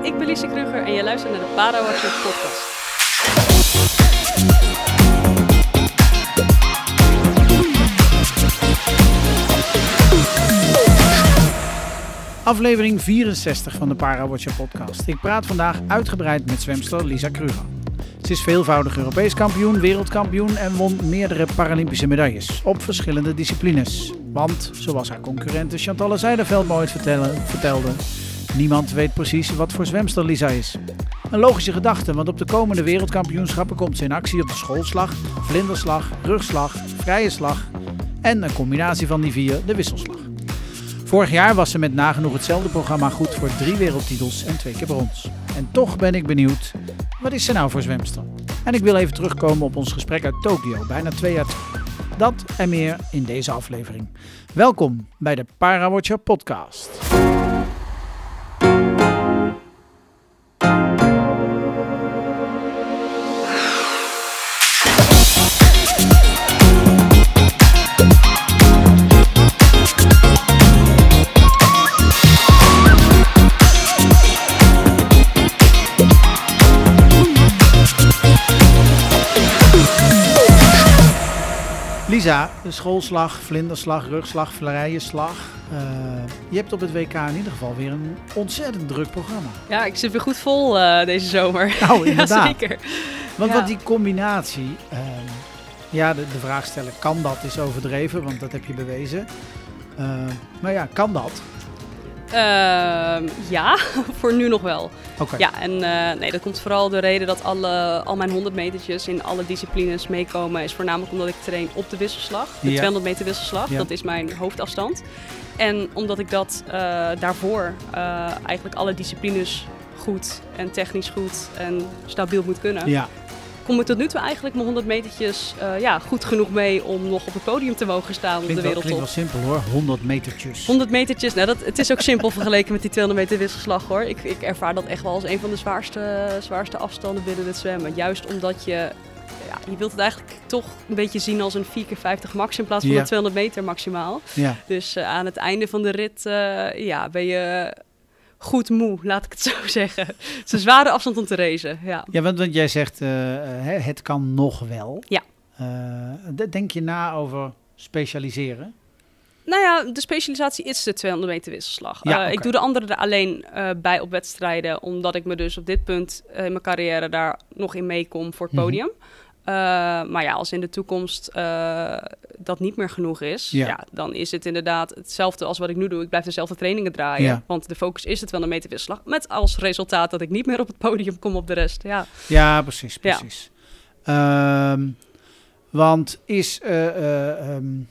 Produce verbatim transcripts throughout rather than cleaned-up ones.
ik ben Lise Kruger en je luistert naar de Parawatcher podcast. Aflevering vierenzestig van de Parawatcher podcast. Ik praat vandaag uitgebreid met zwemster Lisa Kruger. Ze is veelvoudig Europees kampioen, wereldkampioen en won meerdere Paralympische medailles op verschillende disciplines. Want, zoals haar concurrente Chantal Zijderveld me ooit vertelde, niemand weet precies wat voor zwemster Lisa is. Een logische gedachte, want op de komende wereldkampioenschappen komt ze in actie op de schoolslag, vlinderslag, rugslag, vrije slag en een combinatie van die vier, de wisselslag. Vorig jaar was ze met nagenoeg hetzelfde programma goed voor drie wereldtitels en twee keer brons. En toch ben ik benieuwd, wat is ze nou voor zwemster? En ik wil even terugkomen op ons gesprek uit Tokio, bijna twee jaar terug. Dat en meer in deze aflevering. Welkom bij de Parawatcher podcast. Lisa, de schoolslag, vlinderslag, rugslag, vrije slag. Uh, je hebt op het W K in ieder geval weer een ontzettend druk programma. Ja, ik zit weer goed vol uh, deze zomer. Nou, inderdaad. Ja, zeker. Want ja. wat die combinatie, uh, ja, de, de vraag stellen, kan dat is overdreven, want dat heb je bewezen. Uh, maar ja, kan dat? Uh, ja, voor nu nog wel. Okay. Ja, en uh, nee, dat komt vooral de reden dat alle, al mijn honderd metertjes in alle disciplines meekomen, is voornamelijk omdat ik train op de wisselslag, de ja. tweehonderd meter wisselslag. Ja. Dat is mijn hoofdafstand. En omdat ik dat uh, daarvoor uh, eigenlijk alle disciplines goed en technisch goed en stabiel moet kunnen. Ja. Kom ik tot nu toe eigenlijk mijn honderd metertjes uh, ja, goed genoeg mee om nog op het podium te mogen staan op de wereldtop. Klinkt wel simpel hoor, honderd metertjes. honderd metertjes, nou dat, het is ook simpel vergeleken met die tweehonderd meter wisselslag hoor. Ik, ik ervaar dat echt wel als een van de zwaarste, zwaarste afstanden binnen het zwemmen. Juist omdat je, ja, je wilt het eigenlijk toch een beetje zien als een vier keer vijftig max in plaats van ja. een tweehonderd meter maximaal. Ja. Dus uh, aan het einde van de rit uh, ja, ben je goed moe, laat ik het zo zeggen. Het is een zware afstand om te racen, ja. Ja, want, want jij zegt, uh, het kan nog wel. Ja. Uh, denk je na over specialiseren? Nou ja, de specialisatie is de tweehonderd meter wisselslag. Ja, uh, okay. Ik doe de andere er alleen uh, bij op wedstrijden, omdat ik me dus op dit punt uh, in mijn carrière daar nog in meekom voor het podium. Mm-hmm. Uh, maar ja, als in de toekomst uh, dat niet meer genoeg is, ja. Ja, dan is het inderdaad hetzelfde als wat ik nu doe. Ik blijf dezelfde trainingen draaien, ja. Want de focus is het wel een meter wisselslag. Met als resultaat dat ik niet meer op het podium kom op de rest. Ja, ja precies, precies. Ja. Um, want is, uh, uh, um,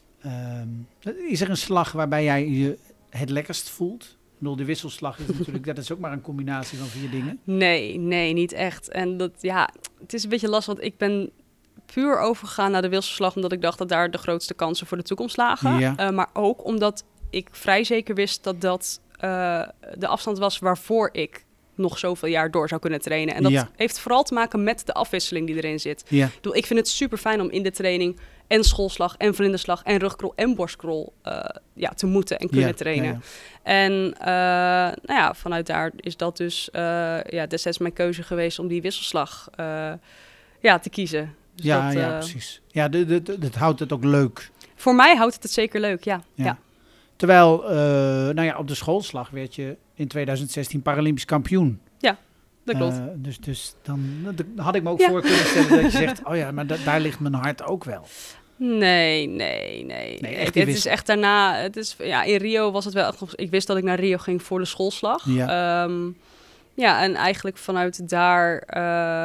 um, is er een slag waarbij jij je het lekkerst voelt? Ik bedoel, de wisselslag is natuurlijk, dat is ook maar een combinatie van vier dingen. Nee, nee, niet echt. En dat, ja, het is een beetje lastig, want ik ben puur overgegaan naar de wisselslag, omdat ik dacht dat daar de grootste kansen voor de toekomst lagen. Ja. Uh, maar ook omdat ik vrij zeker wist dat dat uh, de afstand was waarvoor ik nog zoveel jaar door zou kunnen trainen. En dat ja. heeft vooral te maken met de afwisseling die erin zit. Ja. Ik bedoel, ik vind het super fijn om in de training en schoolslag en vlinderslag en rugkrol en borstkrol uh, ja, te moeten en kunnen ja, trainen. Ja, ja. En uh, nou ja, vanuit daar is dat dus uh, ja, destijds mijn keuze geweest om die wisselslag uh, ja, te kiezen. Dus ja, dat, uh, ja, precies. Ja, dat houdt het ook leuk. Voor mij houdt het het zeker leuk, ja. ja. ja. Terwijl, uh, nou ja, op de schoolslag werd je in tweeduizend zestien Paralympisch kampioen. Ja, dat klopt. Uh, dus, dus dan, dan had ik me ook ja. voor kunnen stellen dat je zegt, oh ja, maar da- daar ligt mijn hart ook wel. Nee, nee, nee. nee het, het is echt daarna, het is, ja, in Rio was het wel, ik wist dat ik naar Rio ging voor de schoolslag. Ja, um, ja en eigenlijk vanuit daar uh,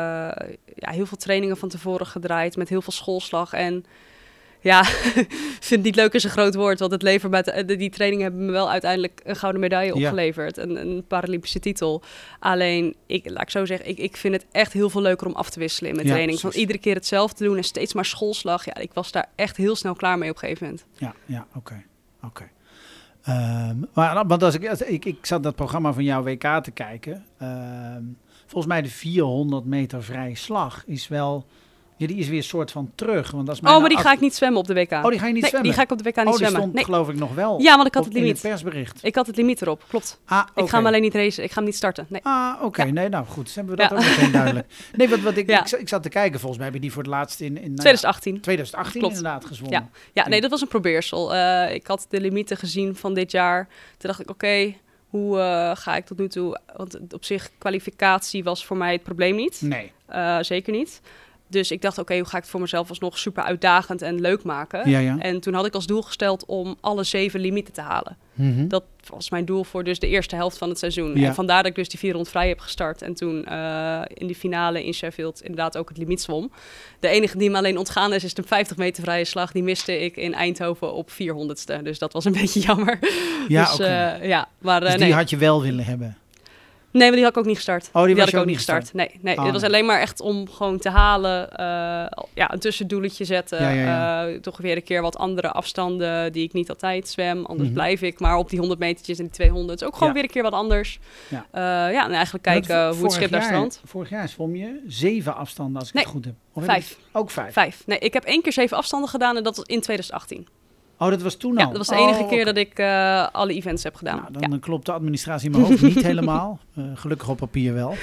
ja, heel veel trainingen van tevoren gedraaid met heel veel schoolslag en ja, ik vind het niet leuk is een groot woord, want het levert bij de, die trainingen hebben me wel uiteindelijk een gouden medaille opgeleverd. Ja. Een, een Paralympische titel. Alleen, ik, laat ik zo zeggen, ik, ik vind het echt heel veel leuker om af te wisselen in mijn ja, training. Van iedere keer hetzelfde doen en steeds maar schoolslag. Ja, ik was daar echt heel snel klaar mee op een gegeven moment. Ja, ja, oké. Okay, oké. Okay. Um, maar want als ik, als ik, ik zat dat programma van jouw W K te kijken. Um, volgens mij de vierhonderd meter vrije slag is wel Ja, die is weer een soort van terug. Want als oh, maar die af... ga ik niet zwemmen op de W K. Oh, die ga je niet nee, zwemmen? die ga ik op de W K niet oh, die zwemmen. stond nee. geloof ik nog wel ja, want ik had op, het limiet. in het persbericht. Ik had het limiet erop, klopt. Ah, okay. Ik ga hem alleen niet racen. Ik ga hem niet starten. Nee. Ah, oké. Okay. Ja. Nee, nou goed. Dus hebben we dat ja. ook meteen duidelijk. Nee, wat, wat ik, ja. ik, ik zat te kijken. Volgens mij heb je die voor het laatst in... in nou twintig achttien. twintig achttien klopt. Inderdaad gezwommen. Ja, ja nee, dat was een probeersel. Uh, ik had de limieten gezien van dit jaar. Toen dacht ik, oké... Okay, hoe uh, ga ik tot nu toe... Want op zich, kwalificatie was voor mij het probleem niet. Nee. Uh, zeker niet. Dus ik dacht, oké, okay, hoe ga ik het voor mezelf alsnog super uitdagend en leuk maken? Ja, ja. En toen had ik als doel gesteld om alle zeven limieten te halen. Mm-hmm. Dat was mijn doel voor dus de eerste helft van het seizoen. Ja. En vandaar dat ik dus die vier rond vrij heb gestart. En toen uh, in die finale in Sheffield inderdaad ook het limiet zwom. De enige die me alleen ontgaan is, is de vijftig meter vrije slag. Die miste ik in Eindhoven op vierhonderdste. Dus dat was een beetje jammer. Ja, dus, okay. uh, ja, maar, uh, dus die nee. had je wel willen hebben? Nee, maar die had ik ook niet gestart. Oh, die, die was had ik ook niet gestart? gestart. Nee, nee. Oh, het was nee. alleen maar echt om gewoon te halen. Uh, ja, een tussendoeletje zetten. Ja, ja, ja. Uh, toch weer een keer wat andere afstanden die ik niet altijd zwem. Anders Mm-hmm. blijf ik maar op die honderd metertjes en die tweehonderd. Ook gewoon ja. weer een keer wat anders. Ja, uh, ja en eigenlijk kijken hoe het schip naar strand. Vorig jaar zwom je zeven afstanden als ik nee, het goed heb. Of vijf. Heb ook vijf? Vijf. Nee, ik heb één keer zeven afstanden gedaan en dat was in twintig achttien. Oh, dat was toen ja, al? dat was de oh, enige keer okay. dat ik uh, alle events heb gedaan. Nou, dan, ja. dan klopt de administratie in mijn hoofd niet helemaal. Uh, gelukkig op papier wel.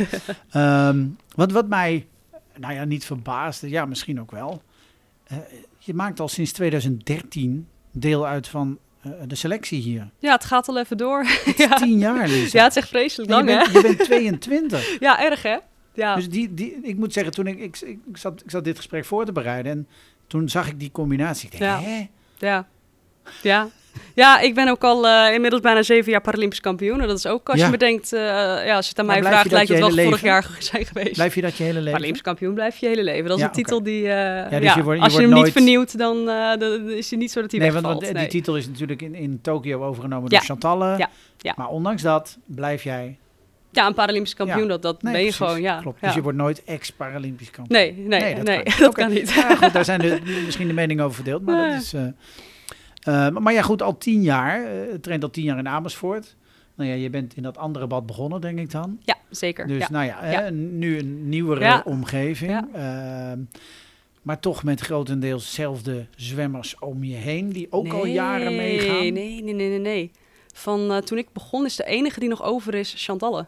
um, wat, wat mij, nou ja, niet verbaasde, ja, misschien ook wel. Uh, je maakt al sinds twintig dertien deel uit van uh, de selectie hier. Ja, het gaat al even door. ja. Tien jaar, Lisa. Ja, het is echt vreselijk lang, je bent, hè? Je bent tweeëntwintig. Ja, erg, hè? Ja. Dus die, die, ik moet zeggen, toen ik, ik, ik, ik, zat, ik zat dit gesprek voor te bereiden en toen zag ik die combinatie. Ik denk, ja. hè? Ja. Ja. Ja, ik ben ook al uh, inmiddels bijna zeven jaar Paralympisch kampioen. En dat is ook, als ja. je bedenkt, uh, ja, als je het aan maar mij vraagt, lijkt het wel leven? vorig jaar zijn geweest. Blijf je dat je hele leven? Paralympisch kampioen blijf je hele leven. Dat is ja, een titel okay. die, uh, ja, dus ja, je wordt, je als je wordt hem nooit... niet vernieuwt, dan, uh, dan is het niet zo dat hij nee, wegvalt. Want, want nee, die titel is natuurlijk in, in Tokio overgenomen ja. door Chantalle. Ja. Ja. Maar ondanks dat blijf jij... Ja, een Paralympisch kampioen, ja. dat, dat nee, ben je precies, gewoon, ja. Klopt, ja. dus je wordt nooit ex-Paralympisch kampioen. Nee, nee, nee, dat, nee, kan, dat okay. kan niet. Ja, goed, daar zijn de, misschien de meningen over verdeeld, maar ja. dat is... Uh, uh, maar ja, goed, al tien jaar. Uh, traint al tien jaar in Amersfoort. Nou ja, je bent in dat andere bad begonnen, denk ik dan. Ja, zeker. Dus ja. nou ja, ja. Hè, nu een nieuwere ja. omgeving. Ja. Uh, maar toch met grotendeels dezelfde zwemmers om je heen, die ook nee, al jaren meegaan. Nee, nee, nee, nee, nee. Van uh, toen ik begon is de enige die nog over is Chantalle.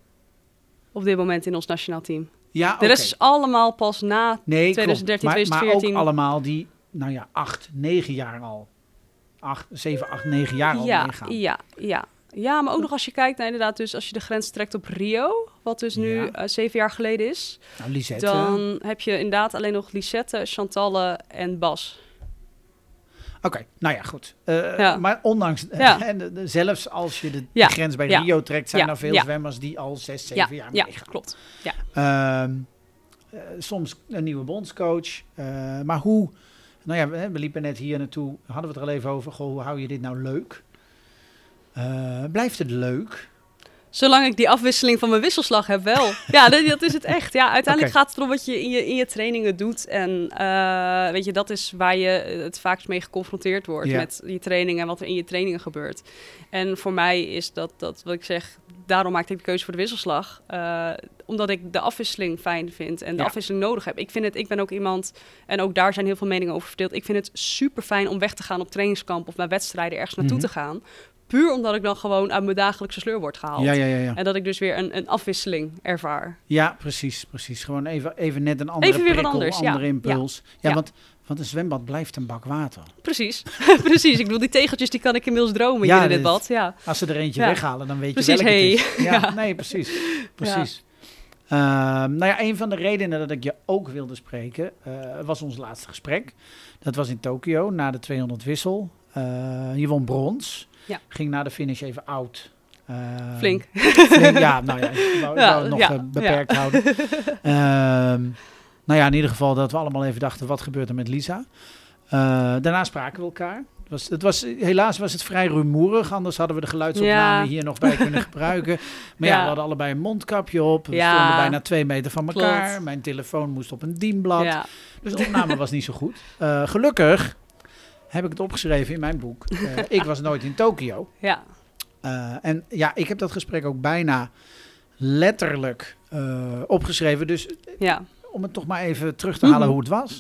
Op dit moment in ons nationaal team. Ja, de okay. rest is allemaal pas na nee, twintig dertien, maar, twintig veertien. Maar ook allemaal die, nou ja, acht, negen jaar al. Acht, zeven, acht, negen jaar al ja, meegaan. Ja, ja. Ja, maar ook nog als je kijkt naar inderdaad, dus als je de grens trekt op Rio, wat dus nu ja. uh, zeven jaar geleden is. Nou, Lisette. Dan heb je inderdaad alleen nog Lisette, Chantalle en Bas. Oké, okay, nou ja, goed. Uh, ja. Maar ondanks, ja. en de, de, zelfs als je de, ja. de grens bij ja. Rio trekt, zijn ja. er veel ja. zwemmers die al zes, zeven ja. jaar ja. meegaan. Klopt. Ja. Uh, uh, soms een nieuwe bondscoach. Uh, maar hoe, nou ja, we, we liepen net hier naartoe, hadden we het er al even over. Goh, hoe hou je dit nou leuk? Uh, blijft het leuk? Zolang ik die afwisseling van mijn wisselslag heb, wel. Ja, dat, dat is het echt. Ja, uiteindelijk okay. gaat het erom wat je in je, in je trainingen doet. En uh, weet je, dat is waar je het vaakst mee geconfronteerd wordt. Ja. Met je trainingen en wat er in je trainingen gebeurt. En voor mij is dat, dat wat ik zeg, daarom maakte ik de keuze voor de wisselslag. Uh, omdat ik de afwisseling fijn vind en de ja. afwisseling nodig heb. Ik vind het, ik ben ook iemand, en ook daar zijn heel veel meningen over verdeeld. Ik vind het super fijn om weg te gaan op trainingskamp of naar wedstrijden ergens naartoe mm-hmm. te gaan. Puur omdat ik dan gewoon uit mijn dagelijkse sleur word gehaald. Ja, ja, ja, ja. En dat ik dus weer een, een afwisseling ervaar. Ja, precies, precies. Gewoon even, even net een andere even weer prikkel, wat anders, andere ja. impuls. Ja, ja, ja. Want, want een zwembad blijft een bak water. Precies, precies. Ik bedoel, die tegeltjes die kan ik inmiddels dromen ja, hier in dit bad. Ja. Als ze er eentje ja. weghalen, dan weet precies, je welke hey. het is. Ja, ja. Nee, precies. precies. Ja. Uh, nou ja, een van de redenen dat ik je ook wilde spreken, uh, was ons laatste gesprek. Dat was in Tokio, na de tweehonderd wissel. Uh, je won brons. Ja. Ging na de finish even oud. Uh, Flink. flink. Ja, nou ja, ik wou, ja, wou het nog ja, uh, beperkt ja. houden. Uh, nou ja, in ieder geval dat we allemaal even dachten, wat gebeurt er met Lisa? Uh, daarna spraken we elkaar. Het was, het was, helaas was het vrij rumoerig, anders hadden we de geluidsopname ja. hier nog bij kunnen gebruiken. Maar ja, ja, we hadden allebei een mondkapje op. We ja. stonden bijna twee meter van elkaar. Klopt. Mijn telefoon moest op een dienblad. Ja. Dus de opname was niet zo goed. Uh, gelukkig heb ik het opgeschreven in mijn boek. Uh, ik was nooit in Tokio. Ja. Uh, en ja, ik heb dat gesprek ook bijna letterlijk uh, opgeschreven. Dus ja. om het toch maar even terug te halen mm-hmm. hoe het was.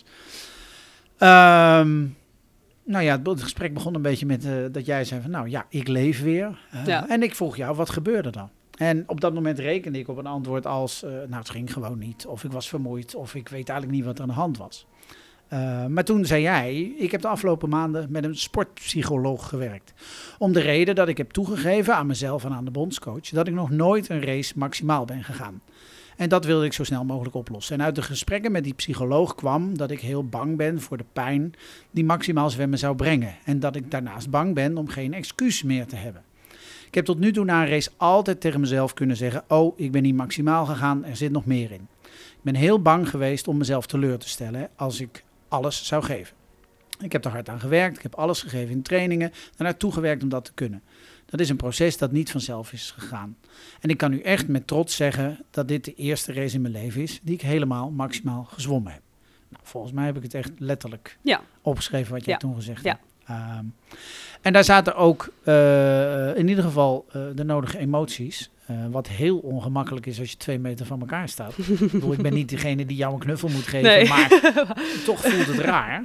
Um, nou ja, het gesprek begon een beetje met uh, dat jij zei van, nou ja, ik leef weer. Uh, ja. En ik vroeg jou, wat gebeurde dan? En op dat moment rekende ik op een antwoord als, uh, nou het ging gewoon niet. Of ik was vermoeid, of ik weet eigenlijk niet wat er aan de hand was. Uh, maar toen zei jij, ik heb de afgelopen maanden met een sportpsycholoog gewerkt. Om de reden dat ik heb toegegeven aan mezelf en aan de bondscoach dat ik nog nooit een race maximaal ben gegaan. En dat wilde ik zo snel mogelijk oplossen. En uit de gesprekken met die psycholoog kwam dat ik heel bang ben voor de pijn die maximaal zwemmen zou brengen. En dat ik daarnaast bang ben om geen excuus meer te hebben. Ik heb tot nu toe na een race altijd tegen mezelf kunnen zeggen, oh, ik ben niet maximaal gegaan, er zit nog meer in. Ik ben heel bang geweest om mezelf teleur te stellen als ik alles zou geven. Ik heb er hard aan gewerkt, ik heb alles gegeven in trainingen en naartoe gewerkt om dat te kunnen. Dat is een proces dat niet vanzelf is gegaan. En ik kan nu echt met trots zeggen dat dit de eerste race in mijn leven is die ik helemaal maximaal gezwommen heb. Nou, volgens mij heb ik het echt letterlijk ja. opgeschreven wat je ja. toen gezegd ja. hebt. Um, en daar zaten ook uh, in ieder geval uh, de nodige emoties. Uh, wat heel ongemakkelijk is als je twee meter van elkaar staat. ik bedoel, ik ben niet degene die jou een knuffel moet geven, nee. maar toch voelt het raar.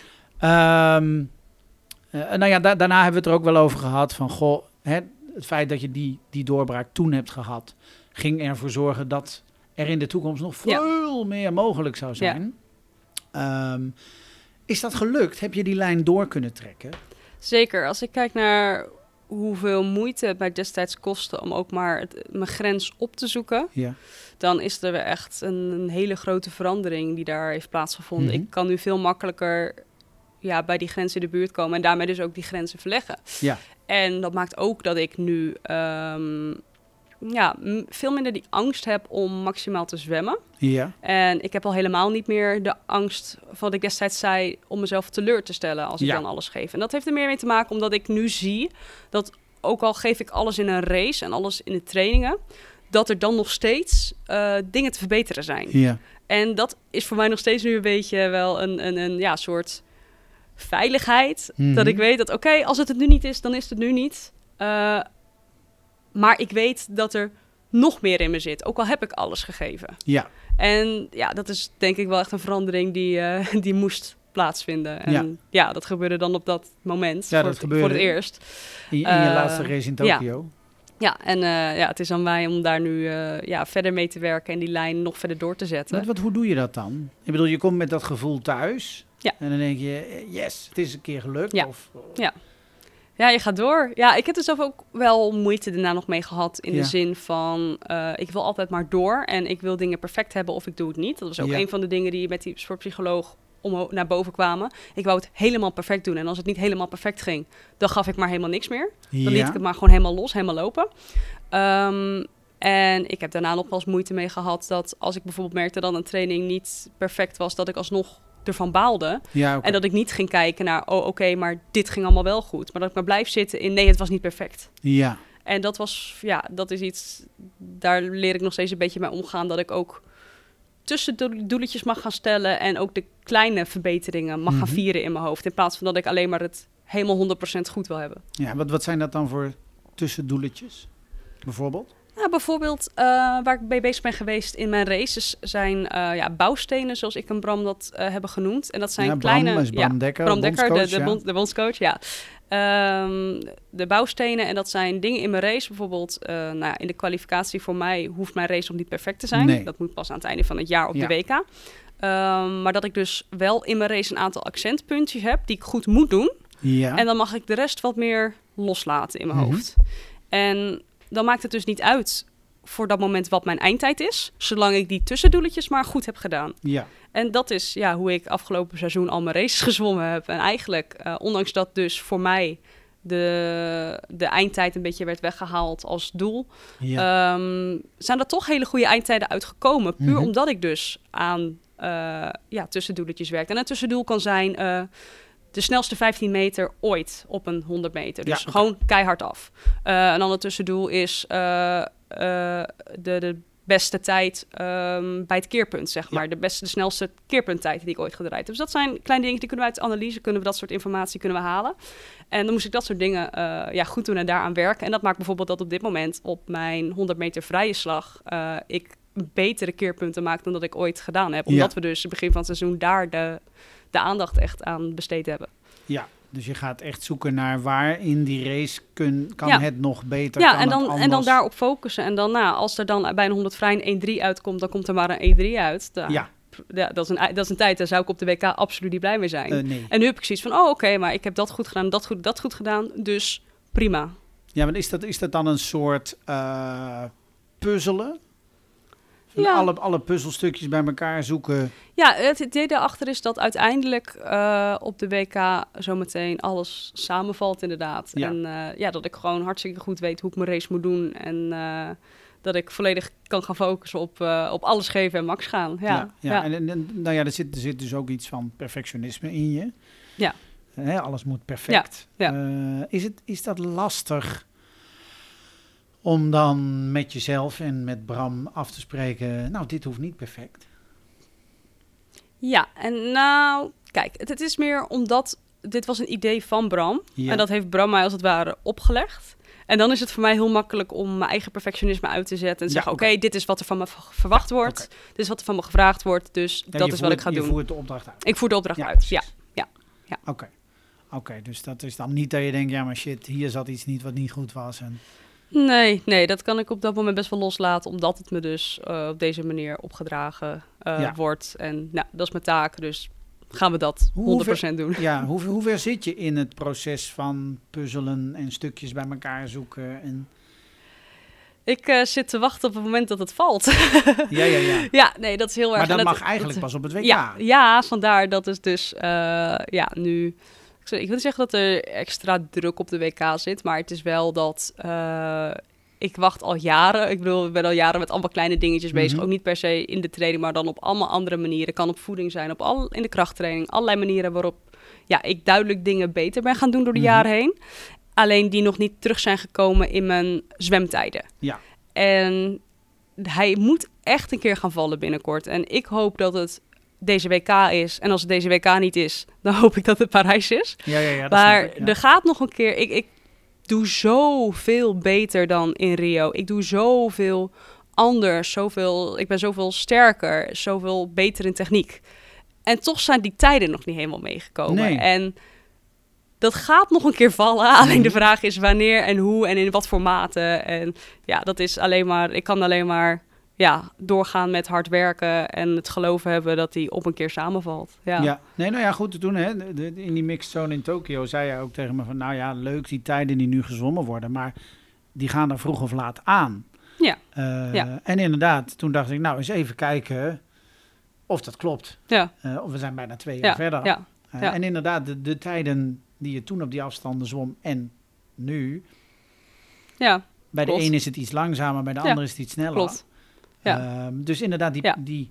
Um, uh, nou ja, da- daarna hebben we het er ook wel over gehad van, goh, hè, het feit dat je die, die doorbraak toen hebt gehad, ging ervoor zorgen dat er in de toekomst nog veel ja. meer mogelijk zou zijn. Ja. Um, is dat gelukt? Heb je die lijn door kunnen trekken? Zeker. Als ik kijk naar hoeveel moeite het mij destijds kostte om ook maar het, mijn grens op te zoeken, ja. dan is er echt een, een hele grote verandering die daar heeft plaatsgevonden. Mm-hmm. Ik kan nu veel makkelijker ja, bij die grenzen in de buurt komen en daarmee dus ook die grenzen verleggen. Ja. En dat maakt ook dat ik nu um, ja, m- veel minder die angst heb om maximaal te zwemmen. Ja. En ik heb al helemaal niet meer de angst van wat ik destijds zei om mezelf teleur te stellen als ik ja. dan alles geef. En dat heeft er meer mee te maken omdat ik nu zie dat ook al geef ik alles in een race en alles in de trainingen, dat er dan nog steeds uh, dingen te verbeteren zijn. Ja. En dat is voor mij nog steeds nu een beetje wel een, een, een ja, soort veiligheid. Mm-hmm. Dat ik weet dat oké, okay, als het het nu niet is, dan is het nu niet. Uh, maar ik weet dat er nog meer in me zit. Ook al heb ik alles gegeven. Ja. En ja, dat is denk ik wel echt een verandering die, uh, die moest plaatsvinden. En ja. ja, dat gebeurde dan op dat moment. Ja, voor, dat het, voor het eerst. In, in je uh, laatste race in Tokio. Ja, ja en uh, ja, het is aan mij om daar nu uh, ja, verder mee te werken en die lijn nog verder door te zetten. Wat, wat, hoe doe je dat dan? Ik bedoel, je komt met dat gevoel thuis. Ja. En dan denk je, yes, het is een keer gelukt. Ja. Of, ja. Ja, je gaat door. Ja, ik heb er zelf ook wel moeite daarna nog mee gehad. In ja. de zin van, uh, ik wil altijd maar door. En ik wil dingen perfect hebben of ik doe het niet. Dat was ook ja. een van de dingen die met die sportpsycholoog omho- naar boven kwamen. Ik wou het helemaal perfect doen. En als het niet helemaal perfect ging, dan gaf ik maar helemaal niks meer. Dan ja. liet ik het maar gewoon helemaal los, helemaal lopen. Um, en ik heb daarna nog wel eens moeite mee gehad dat als ik bijvoorbeeld merkte dat een training niet perfect was, dat ik alsnog ervan baalde. Ja, okay. En dat ik niet ging kijken naar, oh oké, okay, maar dit ging allemaal wel goed. Maar dat ik maar blijf zitten in, nee, het was niet perfect. Ja. En dat was, ja, dat is iets, daar leer ik nog steeds een beetje mee omgaan, dat ik ook tussendoeletjes mag gaan stellen en ook de kleine verbeteringen mag mm-hmm. gaan vieren in mijn hoofd. In plaats van dat ik alleen maar het helemaal honderd procent goed wil hebben. Ja, wat, wat zijn dat dan voor tussendoeletjes, bijvoorbeeld? Nou, bijvoorbeeld uh, waar ik mee bezig ben geweest in mijn races zijn uh, ja, bouwstenen, zoals ik en Bram dat uh, hebben genoemd. En dat zijn ja, kleine... Bram is Bram Dekker, ja, Bram Dekker, bondscoach, de, de, ja. bond, de bondscoach, ja. Um, de bouwstenen, en dat zijn dingen in mijn race. Bijvoorbeeld uh, nou ja, in de kwalificatie voor mij hoeft mijn race nog niet perfect te zijn. Nee. Dat moet pas aan het einde van het jaar op ja. de W K. Um, maar dat ik dus wel in mijn race een aantal accentpuntjes heb die ik goed moet doen. Ja. En dan mag ik de rest wat meer loslaten in mijn mm-hmm. hoofd. En dan maakt het dus niet uit voor dat moment wat mijn eindtijd is, zolang ik die tussendoeletjes maar goed heb gedaan. Ja. En dat is ja, hoe ik afgelopen seizoen al mijn races gezwommen heb. En eigenlijk, uh, ondanks dat dus voor mij de, de eindtijd een beetje werd weggehaald als doel, ja. um, zijn er toch hele goede eindtijden uitgekomen. Puur mm-hmm. omdat ik dus aan uh, ja, tussendoeletjes werkte. En een tussendoel kan zijn Uh, de snelste vijftien meter ooit op een honderd meter. Dus ja, okay. gewoon keihard af. Uh, een ander tussendoel is uh, uh, de, de beste tijd um, bij het keerpunt, zeg maar. Ja. De beste, de snelste keerpunttijd die ik ooit gedraaid heb. Dus dat zijn kleine dingen die kunnen we uit de analyse, kunnen we dat soort informatie kunnen we halen. En dan moest ik dat soort dingen uh, ja, goed doen en daaraan werken. En dat maakt bijvoorbeeld dat op dit moment op mijn honderd meter vrije slag Uh, ik betere keerpunten maak dan dat ik ooit gedaan heb. Omdat ja. we dus het begin van het seizoen daar de, de aandacht echt aan besteed hebben. Ja, dus je gaat echt zoeken naar waar in die race kun, kan ja. het nog beter. Ja, kan en, dan, het en dan daarop focussen. En dan, nou, als er dan bij een honderd vrij een één drie uitkomt, dan komt er maar een één drie uit. Da, ja. Ja, dat, is een, dat is een tijd, daar zou ik op de W K absoluut niet blij mee zijn. Uh, nee. En nu heb ik zoiets van, oh oké, okay, maar ik heb dat goed gedaan, dat goed, dat goed gedaan, dus prima. Ja, maar is dat, is dat dan een soort uh, puzzelen? Ja. Alle, alle puzzelstukjes bij elkaar zoeken? Ja, het idee daarachter is dat uiteindelijk uh, op de W K zometeen alles samenvalt inderdaad. Ja. En uh, ja, dat ik gewoon hartstikke goed weet hoe ik mijn race moet doen en... Uh, dat ik volledig kan gaan focussen op, uh, op alles geven en max gaan. Ja, ja, ja. ja. En, en nou ja, er zit, er zit dus ook iets van perfectionisme in je. Ja. Hè, alles moet perfect. Ja, ja. Uh, is, het, is dat lastig om dan met jezelf en met Bram af te spreken... nou, dit hoeft niet perfect? Ja, en nou, kijk, het, het is meer omdat... dit was een idee van Bram. Ja. En dat heeft Bram mij als het ware opgelegd. En dan is het voor mij heel makkelijk om mijn eigen perfectionisme uit te zetten. En te ja, zeggen, oké, okay, dit is wat er van me verwacht wordt. Okay. Dit is wat er van me gevraagd wordt. Dus ja, dat is voert, wat ik ga je doen. Je voert de opdracht uit. Ik voer de opdracht ja, uit, ja. ja, ja. Oké, okay. okay, dus dat is dan niet dat je denkt... ja, maar shit, hier zat iets niet wat niet goed was. En... Nee, nee, dat kan ik op dat moment best wel loslaten... omdat het me dus uh, op deze manier opgedragen uh, ja. wordt. En nou, dat is mijn taak, dus... gaan we dat honderd procent doen. Ja, hoe, hoe ver zit je in het proces van puzzelen en stukjes bij elkaar zoeken? En... Ik uh, zit te wachten op het moment dat het valt. Ja, ja, ja. Ja, nee, dat is heel erg... Maar dat net, mag eigenlijk dat, pas op het W K. Ja, ja, vandaar dat is dus... Uh, ja, nu... Ik wil niet zeggen dat er extra druk op de W K zit, maar het is wel dat... Uh, ik wacht al jaren. Ik bedoel, ik ben al jaren met allemaal kleine dingetjes bezig. Mm-hmm. Ook niet per se in de training, maar dan op allemaal andere manieren. Kan op voeding zijn, op al, in de krachttraining. Allerlei manieren waarop ja, ik duidelijk dingen beter ben gaan doen door de mm-hmm. jaren heen. Alleen die nog niet terug zijn gekomen in mijn zwemtijden. Ja. En hij moet echt een keer gaan vallen binnenkort. En ik hoop dat het deze W K is. En als het deze W K niet is, dan hoop ik dat het Parijs is. Ja, ja, ja. Dat maar ik, ja. er gaat nog een keer... Ik, ik doe zoveel beter dan in Rio. Ik doe zoveel anders. Zoveel, ik ben zoveel sterker. Zoveel beter in techniek. En toch zijn die tijden nog niet helemaal meegekomen. Nee. En dat gaat nog een keer vallen. Alleen de vraag is wanneer en hoe en in wat voor mate. En ja, dat is alleen maar... Ik kan alleen maar ja, doorgaan met hard werken en het geloven hebben dat die op een keer samenvalt. Ja, ja. Nee, nou ja, goed. Toen hè, de, de, in die mixed zone in Tokio zei hij ook tegen me van... nou ja, leuk die tijden die nu gezwommen worden, maar die gaan er vroeg of laat aan. Ja. Uh, ja. En inderdaad, toen dacht ik, nou eens even kijken of dat klopt. Ja. Uh, of we zijn bijna twee jaar ja. verder. Ja. Uh, ja. En inderdaad, de, de tijden die je toen op die afstanden zwom en nu... Ja, bij klopt. de een is het iets langzamer, bij de ja. ander is het iets sneller. Klopt. Ja. Uh, dus inderdaad, die, ja. die,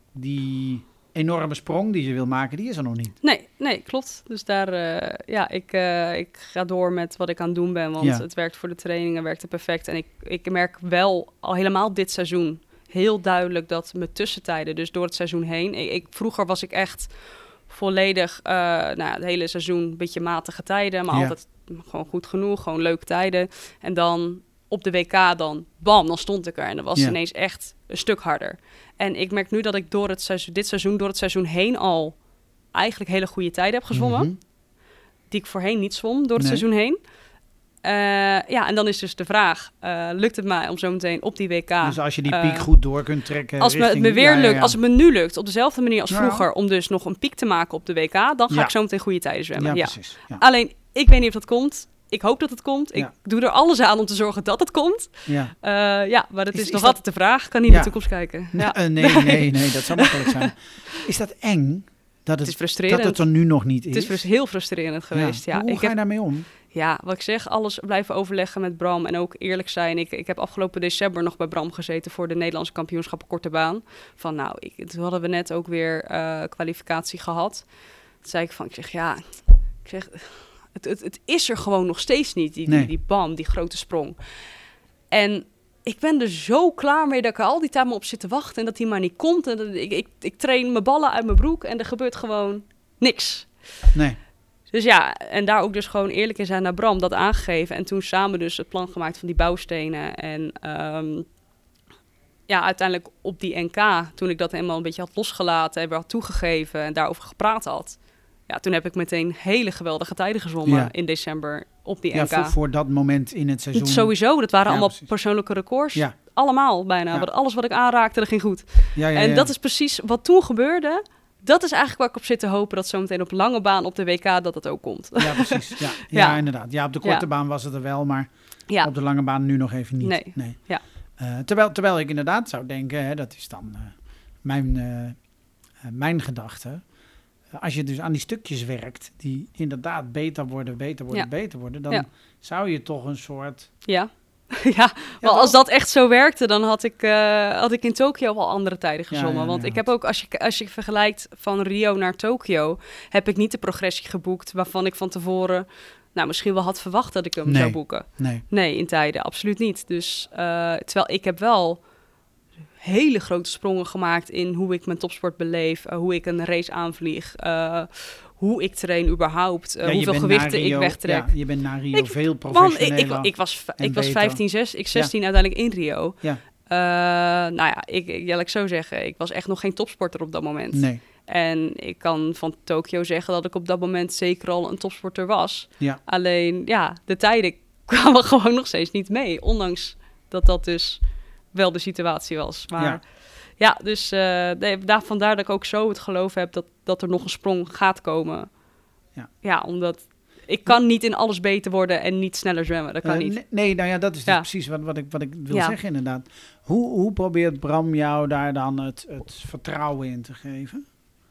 die enorme sprong die je wil maken, die is er nog niet. Nee, nee, klopt. Dus daar, uh, ja, ik, uh, ik ga door met wat ik aan het doen ben, want ja. het werkt voor de trainingen, werkt het perfect. En ik, ik merk wel al helemaal dit seizoen heel duidelijk dat mijn tussentijden, dus door het seizoen heen, ik, ik, vroeger was ik echt volledig, uh, nou, het hele seizoen een beetje matige tijden, maar ja. altijd gewoon goed genoeg, gewoon leuke tijden. En dan op de W K dan, bam, dan stond ik er. En dan was ja. het ineens echt een stuk harder. En ik merk nu dat ik door het seizoen, dit seizoen, door het seizoen heen al eigenlijk hele goede tijden heb gezwommen. Mm-hmm. Die ik voorheen niet zwom door het nee. seizoen heen. Uh, ja, en dan is dus de vraag, uh, lukt het mij om zo meteen op die W K... Dus als je die piek uh, goed door kunt trekken... Als richting, me, het me weer ja, lukt, ja, ja. als het me nu lukt, op dezelfde manier als ja. vroeger... om dus nog een piek te maken op de W K, dan ga ja. ik zo meteen goede tijden zwemmen. Ja, ja. precies. Ja. Alleen, ik weet niet of dat komt... Ik hoop dat het komt. Ik ja. doe er alles aan om te zorgen dat het komt. Ja, uh, ja maar dat is, is is nog dat... altijd de vraag. Ik kan niet ja. in de toekomst kijken. Nee, ja. uh, nee, nee, nee, dat zou makkelijk zijn. Is dat eng? Dat het, het is frustrerend. Dat het er nu nog niet is? Het is frus- heel frustrerend geweest. Ja. Ja. Hoe ik ga je heb, daarmee om? Ja, wat ik zeg, alles blijven overleggen met Bram en ook eerlijk zijn. Ik, ik heb afgelopen december nog bij Bram gezeten voor de Nederlandse kampioenschappen korte baan. Van nou, ik, toen hadden we net ook weer uh, kwalificatie gehad. Toen zei ik van, ik zeg ja, ik zeg... Het, het, het is er gewoon nog steeds niet, die, nee. die, die bam, die grote sprong. En ik ben er zo klaar mee dat ik er al die tijd maar op zit te wachten... en dat die maar niet komt. En dat, ik, ik, ik train mijn ballen uit mijn broek en er gebeurt gewoon niks. Nee. Dus ja, en daar ook dus gewoon eerlijk in zijn naar Bram, dat aangegeven. En toen samen dus het plan gemaakt van die bouwstenen. En um, ja, uiteindelijk op die N K, toen ik dat helemaal een beetje had losgelaten en weer had toegegeven en daarover gepraat had, ja, toen heb ik meteen hele geweldige tijden gezwommen ja. in december op die ja, N K. Voor, voor dat moment in het seizoen. Sowieso, dat waren ja, allemaal precies. persoonlijke records. Ja. Allemaal bijna. Ja. Want alles wat ik aanraakte, dat ging goed. Ja, ja, en ja. dat is precies wat toen gebeurde. Dat is eigenlijk waar ik op zit te hopen dat zometeen op lange baan op de W K dat het ook komt. Ja, precies. Ja, ja, Ja. inderdaad. Ja, op de korte Ja. baan was het er wel, maar Ja. op de lange baan nu nog even niet. Nee. nee. Ja. Uh, terwijl, terwijl ik inderdaad zou denken, hè, dat is dan uh, mijn, uh, uh, mijn gedachte. Uh, als je dus aan die stukjes werkt die inderdaad beter worden, beter worden, Ja. beter worden, dan Ja. zou je toch een soort... Ja. Ja, maar als dat echt zo werkte, dan had ik, uh, had ik in Tokio wel andere tijden gezongen. Ja, ja, Want ja. ik heb ook, als je, als je vergelijkt van Rio naar Tokio, heb ik niet de progressie geboekt waarvan ik van tevoren, nou, misschien wel had verwacht dat ik hem Nee. zou boeken. Nee. Nee, in tijden, absoluut niet. Dus uh, terwijl ik heb wel hele grote sprongen gemaakt in hoe ik mijn topsport beleef, uh, hoe ik een race aanvlieg, uh, hoe ik train überhaupt, uh, Ja, hoeveel gewichten Rio, ik wegtrek. Ja, je bent naar Rio Ik- veel Want professioneler. ik, ik, ik was, en ik was beter. vijftien, zes, ik zestien uiteindelijk in Rio. Ja. Uh, nou ja, ik, ik, ja, laat ik zo zeggen, ik was echt nog geen topsporter op dat moment. Nee. En ik kan van Tokio zeggen dat ik op dat moment zeker al een topsporter was. Ja. Alleen, ja, de tijden kwamen gewoon nog steeds niet mee. Ondanks dat dat dus wel de situatie was. Maar ja, ja dus uh, nee, daar, vandaar dat ik ook zo het geloof heb dat, dat er nog een sprong gaat komen. Ja, ja omdat ik kan niet in alles beter worden en niet sneller zwemmen. Dat kan uh, niet. Nee, nee, nou ja, dat is dus Ja. precies wat, wat, ik, wat ik wil Ja. zeggen inderdaad. Hoe, hoe probeert Bram jou daar dan het, het vertrouwen in te geven?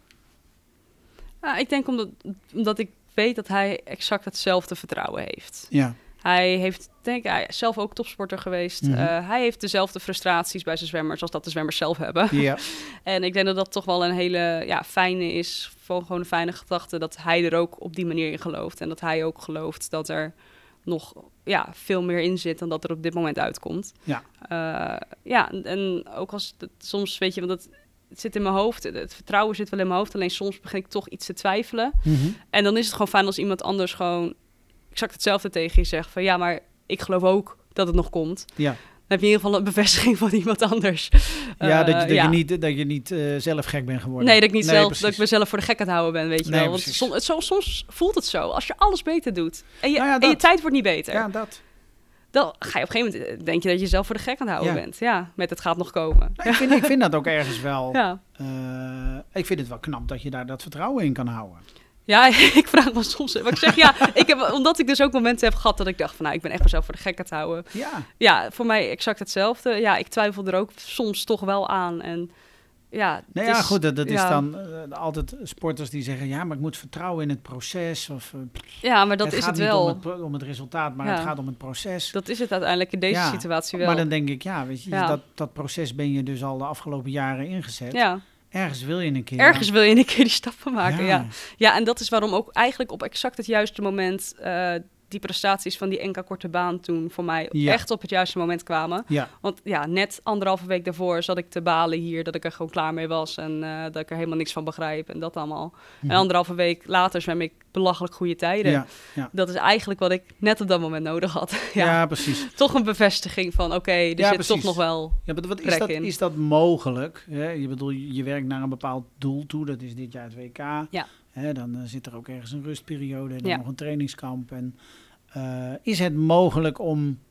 Ja, ik denk omdat, omdat ik weet dat hij exact hetzelfde vertrouwen heeft. Ja. Hij heeft, denk ik, hij is zelf ook topsporter geweest. Mm-hmm. Uh, hij heeft dezelfde frustraties bij zijn zwemmers als dat de zwemmers zelf hebben. Ja. En ik denk dat dat toch wel een hele ja, fijne is, voor gewoon een fijne gedachte, dat hij er ook op die manier in gelooft. En dat hij ook gelooft dat er nog ja, veel meer in zit dan dat er op dit moment uitkomt. Ja. Uh, ja, en, en ook als het, soms, weet je, want het, het zit in mijn hoofd, het, het vertrouwen zit wel in mijn hoofd, alleen soms begin ik toch iets te twijfelen. Mm-hmm. En dan is het gewoon fijn als iemand anders gewoon exact hetzelfde tegen je zegt van ja, maar ik geloof ook dat het nog komt. Ja. Dan heb je in ieder geval een bevestiging van iemand anders. Ja, Uh, dat, je, dat, ja. je niet, dat je niet uh, zelf gek bent geworden. Nee, dat ik niet nee, zelf, precies. dat ik mezelf voor de gek aan het houden ben, weet je Nee, wel. Want precies. som, het, zo, soms voelt het zo. Als je alles beter doet en je, Nou ja, en je dat. tijd wordt niet beter, Ja, dat. dan ga je op een gegeven moment, denk je dat je jezelf voor de gek aan het houden Ja. bent. Ja, met het gaat nog komen. Nou, ik, vind, ik vind dat ook ergens wel... Ja. Uh, ik vind het wel knap dat je daar dat vertrouwen in kan houden. Ja, ik vraag me soms... Maar ik zeg ja, ik heb, omdat ik dus ook momenten heb gehad dat ik dacht van... nou, ik ben echt mezelf voor de gek aan het houden. Ja. Ja, voor mij exact hetzelfde. Ja, ik twijfel er ook soms toch wel aan. En ja, Nee, het ja, is, goed, dat, dat ja. is dan uh, altijd sporters die zeggen... ja, maar ik moet vertrouwen in het proces. Of, uh, Ja, maar dat het is gaat het niet wel. om het, om het resultaat, maar Ja. het gaat om het proces. Dat is het uiteindelijk in deze Ja, situatie wel. Maar dan denk ik, ja, weet je, Ja. Dat, dat proces ben je dus al de afgelopen jaren ingezet. Ja, Ergens wil je een keer... ergens wil je een keer die stappen maken, Ja. ja. Ja, en dat is waarom ook eigenlijk op exact het juiste moment... Uh, die prestaties van die N K korte baan toen voor mij Ja. echt op het juiste moment kwamen. Ja. Want ja, net anderhalve week daarvoor zat ik te balen hier... dat ik er gewoon klaar mee was en uh, dat ik er helemaal niks van begrijp en dat allemaal. Mhm. En anderhalve week later zwem ik belachelijk goede tijden. Ja, ja. Dat is eigenlijk wat ik net op dat moment nodig had. ja, Ja, precies. Toch een bevestiging van, oké, okay, er Ja, zit precies. toch nog wel Ja, maar wat is trek dat, in. is dat mogelijk? Hè? Je bedoel, je werkt naar een bepaald doel toe. Dat is dit jaar het W K. Ja. Hè, dan uh, zit er ook ergens een rustperiode en dan Ja. nog een trainingskamp. En uh, is het mogelijk om...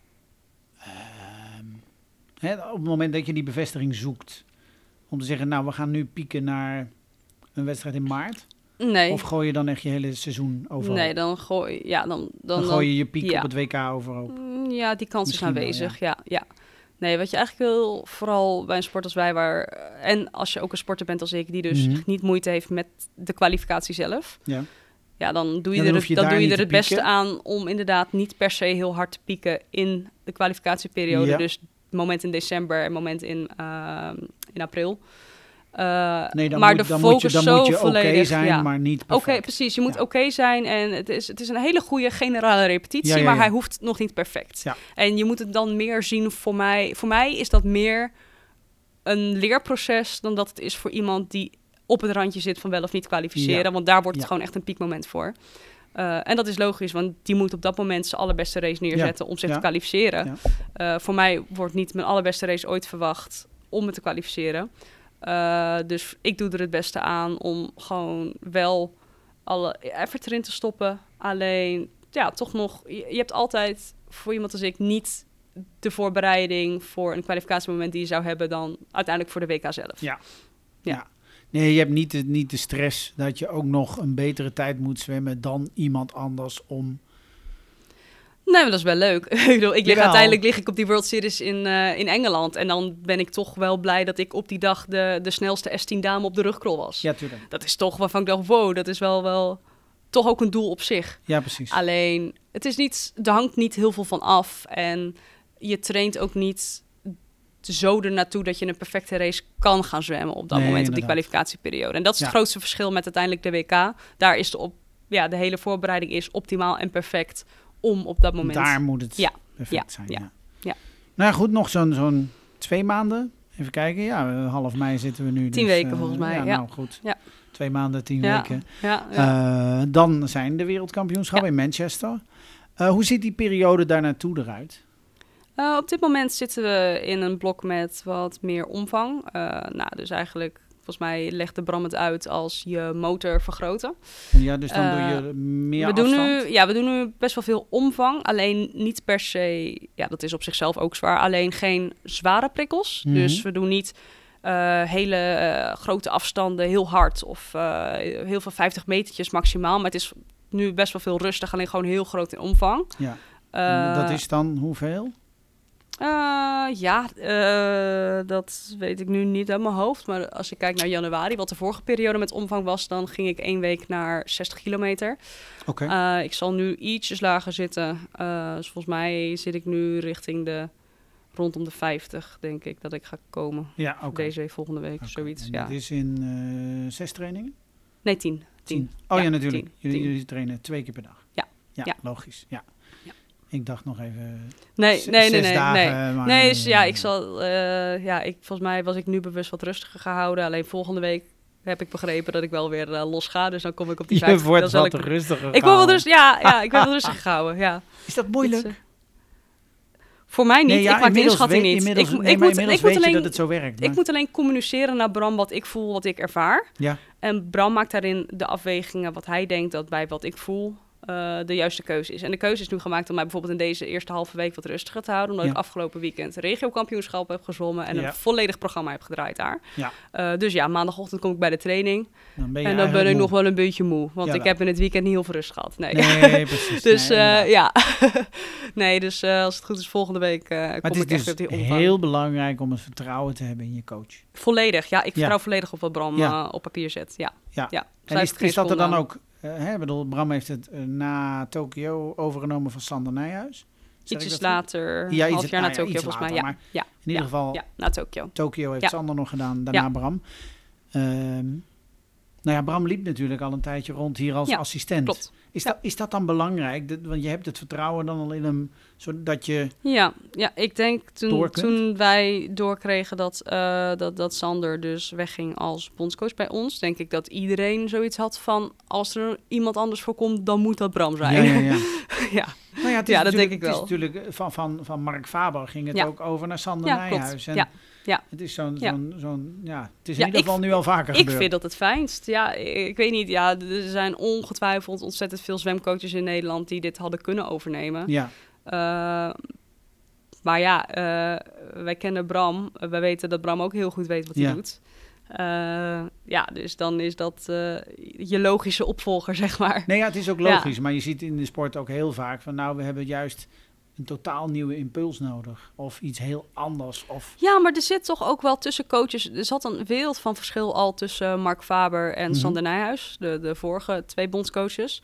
Uh, hè, op het moment dat je die bevestiging zoekt... om te zeggen, nou, we gaan nu pieken naar een wedstrijd in maart... Nee. Of gooi je dan echt je hele seizoen overal? Nee, dan gooi, ja, dan, dan, dan gooi je je piek ja. op het W K overal. Ja, die kans Misschien is aanwezig, wel, ja. ja. ja. Nee, wat je eigenlijk wil, vooral bij een sport als wij, waar, en als je ook een sporter bent als ik, die dus mm-hmm. niet moeite heeft met de kwalificatie zelf, ja, ja dan doe je ja, dan er, je dan doe je er het het beste pieken. aan om inderdaad niet per se heel hard te pieken in de kwalificatieperiode. Ja. Dus moment in december en moment in, uh, in april. Uh, nee, dan maar moet, de dan focus moet je, dan zo moet je oké volledig, okay zijn, ja. maar niet Oké, okay, perfect. precies. Je moet ja. oké okay zijn en het is, het is een hele goede generale repetitie, ja, ja, ja. maar hij hoeft nog niet perfect. Ja. En je moet het dan meer zien voor mij. Voor mij is dat meer een leerproces dan dat het is voor iemand die op het randje zit van wel of niet kwalificeren. Ja. Want daar wordt het ja. gewoon echt een piekmoment voor. Uh, en dat is logisch, want die moet op dat moment zijn allerbeste race neerzetten ja. om zich ja. te kwalificeren. Ja. Uh, voor mij wordt niet mijn allerbeste race ooit verwacht om me te kwalificeren. Uh, dus ik doe er het beste aan om gewoon wel alle effort erin te stoppen. Alleen, ja, toch nog... Je, je hebt altijd voor iemand als ik niet de voorbereiding voor een kwalificatiemoment die je zou hebben dan uiteindelijk voor de W K zelf. Ja, ja. ja. Nee, je hebt niet de, niet de stress dat je ook nog een betere tijd moet zwemmen dan iemand anders om... Nee, maar dat is wel leuk. ik bedoel, ik lig Jawel. uiteindelijk lig ik op die World Series in, uh, in Engeland. En dan ben ik toch wel blij dat ik op die dag de, de snelste S tien dame op de rugkrol was. Ja, tuurlijk. Dat is toch waarvan ik dacht, wow, dat is wel, wel toch ook een doel op zich. Ja, precies. Alleen, het is niet, er hangt niet heel veel van af. En je traint ook niet zo ernaartoe dat je een perfecte race kan gaan zwemmen op dat nee, moment, inderdaad. Op die kwalificatieperiode. En dat is ja. het grootste verschil met uiteindelijk de W K. Daar is de, op, ja, de hele voorbereiding is optimaal en perfect om op dat moment... Daar moet het ja. perfect ja. zijn. Ja. Ja. Ja. Nou goed, nog zo'n, zo'n twee maanden. Even kijken. Ja, half mei zitten we nu. Tien dus, weken uh, volgens mij. Ja, ja. nou goed. Ja. Twee maanden, tien ja. weken. Ja, ja. Uh, dan zijn de wereldkampioenschappen ja. in Manchester. Uh, hoe ziet die periode daar naartoe eruit? Uh, op dit moment zitten we in een blok met wat meer omvang. Uh, nou, dus eigenlijk, volgens mij legde Bram het uit als je motor vergroten. Ja, dus dan uh, doe je meer we afstand? Doen nu, ja, we doen nu best wel veel omvang. Alleen niet per se, ja, dat is op zichzelf ook zwaar. Alleen geen zware prikkels. Mm-hmm. Dus we doen niet uh, hele uh, grote afstanden heel hard. Of uh, heel veel vijftig metertjes maximaal. Maar het is nu best wel veel rustig. Alleen gewoon heel groot in omvang. Ja. Uh, dat is dan hoeveel? Uh, ja, uh, dat weet ik nu niet uit mijn hoofd. Maar als ik kijk naar januari, wat de vorige periode met omvang was, dan ging ik één week naar zestig kilometer. Oké. Okay. Uh, ik zal nu ietsjes lager zitten. Uh, dus volgens mij zit ik nu richting de rondom de vijftig, denk ik, dat ik ga komen. Ja, oké. Okay. Deze volgende week, okay. zoiets. En ja. dat is in uh, zes trainingen? Nee, tien. Tien. tien. Oh ja, ja natuurlijk. Tien. Jullie, tien. jullie trainen twee keer per dag. Ja. Ja, ja. logisch. Ja. Ik dacht nog even nee, z- nee, nee, zes nee, dagen. Nee, maar, nee dus ja, ik zal, uh, ja, ik, volgens mij was ik nu bewust wat rustiger gehouden. Alleen volgende week heb ik begrepen dat ik wel weer uh, los ga. Dus dan kom ik op die vijftig. Je wordt wat ik, rustiger Ik word wat rustig, ja, ja, ik ben wat rustiger gehouden, ja. Is dat moeilijk? Het, uh, voor mij niet, nee, ja, ik maak de inschatting weet, niet. Inmiddels, ik, nee, ik, moet, moet, inmiddels ik moet weet alleen, je dat het zo werkt. Maar. Ik moet alleen communiceren naar Bram wat ik voel, wat ik ervaar. Ja. En Bram maakt daarin de afwegingen wat hij denkt dat bij wat ik voel uh, de juiste keuze is. En de keuze is nu gemaakt om mij bijvoorbeeld in deze eerste halve week wat rustiger te houden. Omdat ja. ik afgelopen weekend regiokampioenschap heb gezwommen en ja. een volledig programma heb gedraaid daar. Ja. Uh, dus ja, maandagochtend kom ik bij de training. Dan ben je en dan ben ik moe. nog wel een beetje moe. Want ja, ik heb in het weekend niet heel veel rust gehad. Nee, nee precies. dus nee, uh, ja. nee, dus uh, als het goed is volgende week uh, kom ik ik echt dus op die omvang. Het is heel belangrijk om het vertrouwen te hebben in je coach. Volledig, ja. Ik vertrouw ja. volledig op wat Bram ja. uh, op papier zet. Ja. ja. ja. En is, is dat er dan ook... Uh, hè, bedoel, Bram heeft het uh, na Tokio overgenomen van Sander Nijhuis. Ietsjes later, ja, een half iets, jaar nou na ja, Tokio volgens mij. Ja. Maar ja. in ieder ja. geval, ja, na Tokio. Tokio heeft ja. Sander nog gedaan, daarna ja. Bram. Um, nou ja, Bram liep natuurlijk al een tijdje rond hier als ja, assistent. Klopt. Is, ja. dat, is dat dan belangrijk? Dat, want je hebt het vertrouwen dan al in hem, zodat je Ja, ja ik denk toen, toen wij doorkregen dat, uh, dat, dat Sander dus wegging als bondscoach bij ons, denk ik dat iedereen zoiets had van, als er iemand anders voor komt, dan moet dat Bram zijn. Ja, ja, ja. ja. Nou ja, het is ja dat denk ik wel. Het is natuurlijk, van, van, van Mark Faber ging het ja. ook over naar Sander ja, Nijhuis. En ja, ja. Het is zo'n, ja. zo'n, zo'n, ja, het is ja, in ieder geval ik, nu al vaker ik gebeurd. Ik vind dat het fijnst. Ja, ik, ik weet niet. Ja, er zijn ongetwijfeld ontzettend veel zwemcoaches in Nederland die dit hadden kunnen overnemen. Ja. Uh, maar ja, uh, wij kennen Bram. Uh, wij weten dat Bram ook heel goed weet wat hij ja. doet. Uh, ja, dus dan is dat uh, je logische opvolger, zeg maar. Nee, ja, het is ook logisch. Ja. Maar je ziet in de sport ook heel vaak van, nou, we hebben juist een totaal nieuwe impuls nodig. Of iets heel anders. Of... Ja, maar er zit toch ook wel tussen coaches... Er zat een wereld van verschil al tussen Mark Faber en mm-hmm. Sander Nijhuis. De, de vorige twee bondscoaches.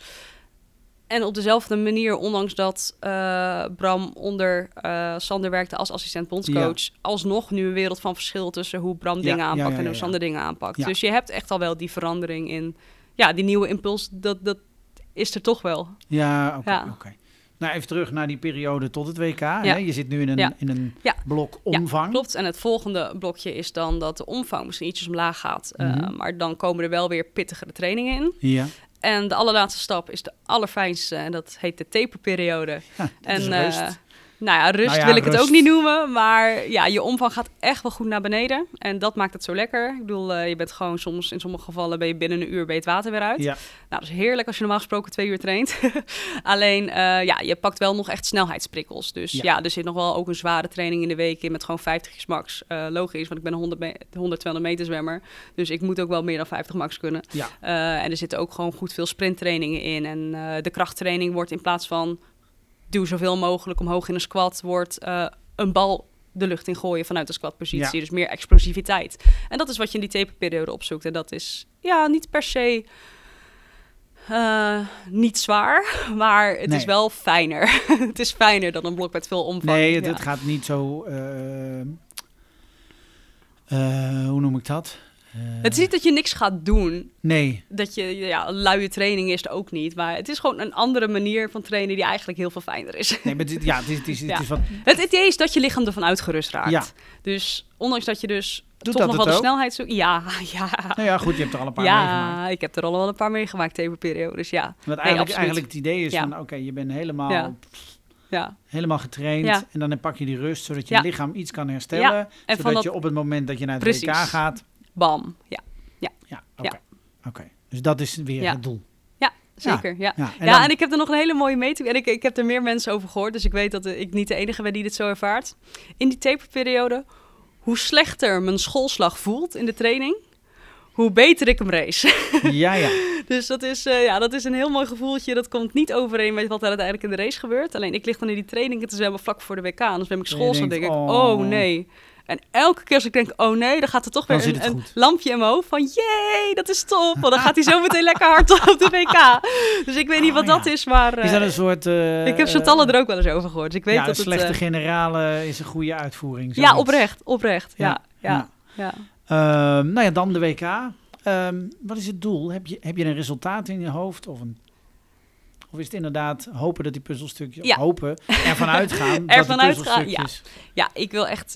En op dezelfde manier, ondanks dat uh, Bram onder uh, Sander werkte als assistent bondscoach... Ja. alsnog nu een wereld van verschil tussen hoe Bram dingen ja, aanpakt ja, ja, ja, en hoe Sander ja. dingen aanpakt. Ja. Dus je hebt echt al wel die verandering in... Ja, die nieuwe impuls, dat, dat is er toch wel. Ja, oké. Okay, ja. okay. Nou, even terug naar die periode tot het W K. Ja. Hè? Je zit nu in een, ja. in een ja. blok omvang. Ja, klopt. En het volgende blokje is dan dat de omvang misschien ietsjes omlaag gaat. Mm-hmm. Uh, maar dan komen er wel weer pittigere trainingen in. Ja. En de allerlaatste stap is de allerfijnste. En dat heet de taperperiode. Ja, en is rust. Uh, nou ja, rust nou ja, wil ik rust. het ook niet noemen. Maar ja, je omvang gaat echt wel goed naar beneden. En dat maakt het zo lekker. Ik bedoel, uh, je bent gewoon soms, in sommige gevallen ben je binnen een uur bij het water weer uit. Ja. Nou, dat is heerlijk als je normaal gesproken twee uur traint. Alleen, uh, ja, je pakt wel nog echt snelheidsprikkels. Dus ja. ja, er zit nog wel ook een zware training in de week in met gewoon vijftig max. Uh, logisch, want ik ben een honderd, me- honderd tweehonderd meter zwemmer. Dus ik moet ook wel meer dan vijftig max kunnen. Ja. Uh, en er zitten ook gewoon goed veel sprinttrainingen in. En uh, de krachttraining wordt in plaats van doe zoveel mogelijk omhoog in een squat, wordt uh, een bal de lucht in gooien vanuit de squatpositie. Ja. Dus meer explosiviteit. En dat is wat je in die taperperiode opzoekt. En dat is ja niet per se uh, niet zwaar, maar het nee. is wel fijner. Het is fijner dan een blok met veel omvang. Nee, het, ja. het gaat niet zo... Uh, uh, hoe noem ik dat? Uh, het is niet dat je niks gaat doen. Nee. Dat je, ja, luie training is het ook niet. Maar het is gewoon een andere manier van trainen die eigenlijk heel veel fijner is. Nee, maar het, ja, het is, het is, het ja. is wat... Het idee is dat je lichaam ervan uitgerust raakt. Ja. Dus ondanks dat je dus Doet toch dat nog wel ook? de snelheid zoekt. Ja, ja. Nou ja, goed, je hebt er al een paar ja, meegemaakt. Ja, ik heb er al wel een paar meegemaakt, taperperiodes, ja. Want eigenlijk, nee, eigenlijk het idee is ja. van, oké, okay, je bent helemaal... Ja. Ja. Helemaal getraind ja. en dan pak je die rust, zodat je ja. lichaam iets kan herstellen. Ja. En zodat dat... je op het moment dat je naar het Precies. W K gaat... Bam, ja. Ja, ja oké. Okay. Ja. Okay. Dus dat is weer ja. het doel. Ja, zeker. Ja, ja. ja. En, ja, dan... en ik heb er nog een hele mooie meting. En ik, ik heb er meer mensen over gehoord, dus ik weet dat ik niet de enige ben die dit zo ervaart. In die taperperiode, hoe slechter mijn schoolslag voelt in de training, hoe beter ik hem race. Ja, ja. Dus dat is, uh, ja, dat is een heel mooi gevoeltje. Dat komt niet overeen met wat er uiteindelijk in de race gebeurt. Alleen ik lig dan in die trainingen te zwemmen vlak voor de W K. En dan zwem ik school, dan denk ik, oh. oh nee. En elke keer als ik denk, oh nee, dan gaat er toch weer een, een lampje in mijn hoofd van, jee, dat is top. Want dan gaat hij zo meteen lekker hard op de W K. Dus ik weet niet oh, wat ja. dat is, maar... Uh, is dat een soort... Uh, ik heb Chantal er ook wel eens over gehoord. Dus ik weet ja, dat een slechte het, uh, generale is een goede uitvoering. Ja, oprecht, oprecht. Ja, ja, ja. ja. Uh, nou ja, dan de W K. Um, wat is het doel? Heb je, heb je een resultaat in je hoofd of een... Of is het inderdaad hopen dat die puzzelstukjes... Ja. Hopen, ervan uitgaan dat die puzzelstukjes... Ja. ja, ik wil echt... Uh,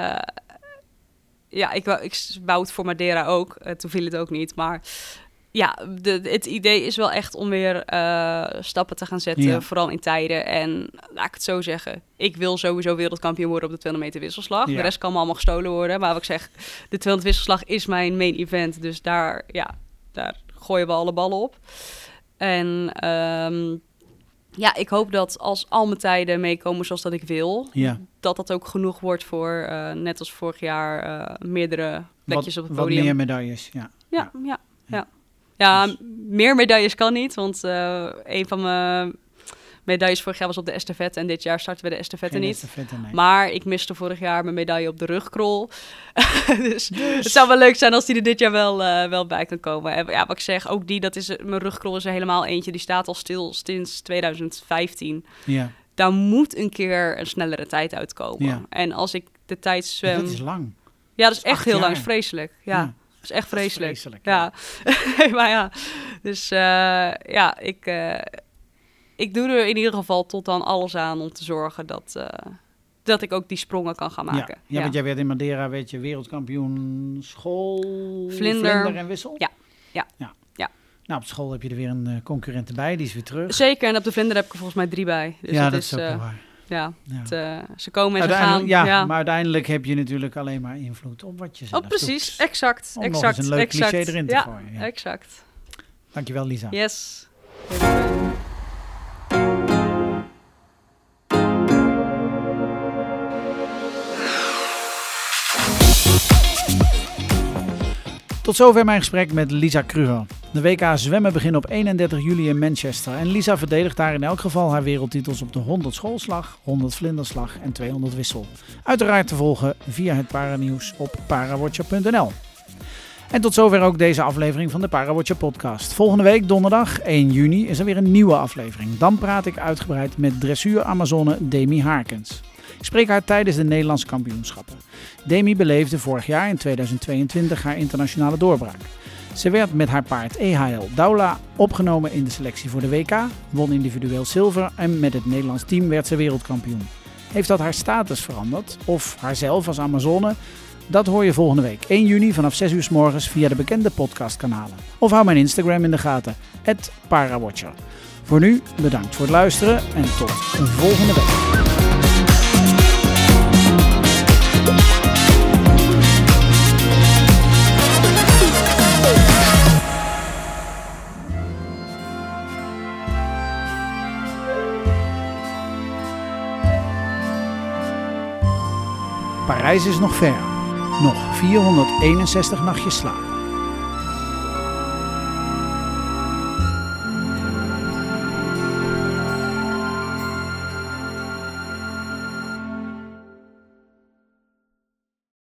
ja, ik wou, ik wou het voor Madeira ook. Uh, toen viel het ook niet. Maar ja, de, het idee is wel echt om weer uh, stappen te gaan zetten. Ja. Vooral in tijden. En laat ik het zo zeggen. Ik wil sowieso wereldkampioen worden op de tweehonderd meter wisselslag. Ja. De rest kan me allemaal gestolen worden. Maar wat ik zeg, de tweehonderd wisselslag is mijn main event. Dus daar, ja, daar gooien we alle ballen op. En um, ja, ik hoop dat als al mijn tijden meekomen zoals dat ik wil, ja. dat dat ook genoeg wordt voor, uh, net als vorig jaar, uh, meerdere plekjes wat, op het podium. Wat meer medailles, ja. Ja, ja, ja. ja. ja dus. Meer medailles kan niet, want uh, een van mijn medailles vorig jaar was op de estafette en dit jaar starten we de estafette Geen niet. Estafette, nee. Maar ik miste vorig jaar mijn medaille op de rugkrol. dus, dus het zou wel leuk zijn als die er dit jaar wel, uh, wel bij kan komen. En ja, wat ik zeg, ook die, dat is mijn rugkrol is er helemaal eentje. Die staat al stil sinds twintig vijftien. Ja. Daar moet een keer een snellere tijd uitkomen. Ja. En als ik de tijd zwem... Ja, dat is lang. Ja, dat is echt heel jaar. lang. Dat is vreselijk. Ja. ja. Dat is echt vreselijk. Is vreselijk ja. ja. maar ja, dus uh, ja, ik... Uh, Ik doe er in ieder geval tot dan alles aan om te zorgen dat, uh, dat ik ook die sprongen kan gaan maken. Ja, ja, ja. Want jij werd in Madeira weet je, wereldkampioen school, vlinder. vlinder en wissel? Ja. Ja. ja. ja. Nou, op school heb je er weer een uh, concurrent bij, die is weer terug. Zeker, en op de vlinder heb ik er volgens mij drie bij. Dus ja, dat, dat is ook uh, wel waar. Ja, ja. Het, uh, ze komen en ze gaan. Ja, ja, maar uiteindelijk heb je natuurlijk alleen maar invloed op wat je zelf Oh, precies, doet. exact. Om exact, nog eens een leuk exact. cliché erin te ja, gooien. Ja, exact. Dankjewel, Lisa. Yes. Tot zover mijn gesprek met Lisa Kruger. De W K zwemmen beginnen op eenendertig juli in Manchester. En Lisa verdedigt daar in elk geval haar wereldtitels op de honderd schoolslag, honderd vlinderslag en tweehonderd wissel. Uiteraard te volgen via het Paranieuws op parawatcher punt n l. En tot zover ook deze aflevering van de Parawatcher podcast. Volgende week donderdag één juni is er weer een nieuwe aflevering. Dan praat ik uitgebreid met dressuur-Amazone Demi Harkens. Ik spreek haar tijdens de Nederlandse kampioenschappen. Demi beleefde vorig jaar in tweeduizend tweeëntwintig haar internationale doorbraak. Ze werd met haar paard E H L Daula opgenomen in de selectie voor de W K, won individueel zilver en met het Nederlands team werd ze wereldkampioen. Heeft dat haar status veranderd of haarzelf als Amazone? Dat hoor je volgende week, één juni vanaf zes uur 's morgens via de bekende podcastkanalen. Of hou mijn Instagram in de gaten, at parawatcher. Voor nu, bedankt voor het luisteren en tot volgende week. Parijs is nog ver. Nog vierhonderdeenenzestig nachtjes slaap.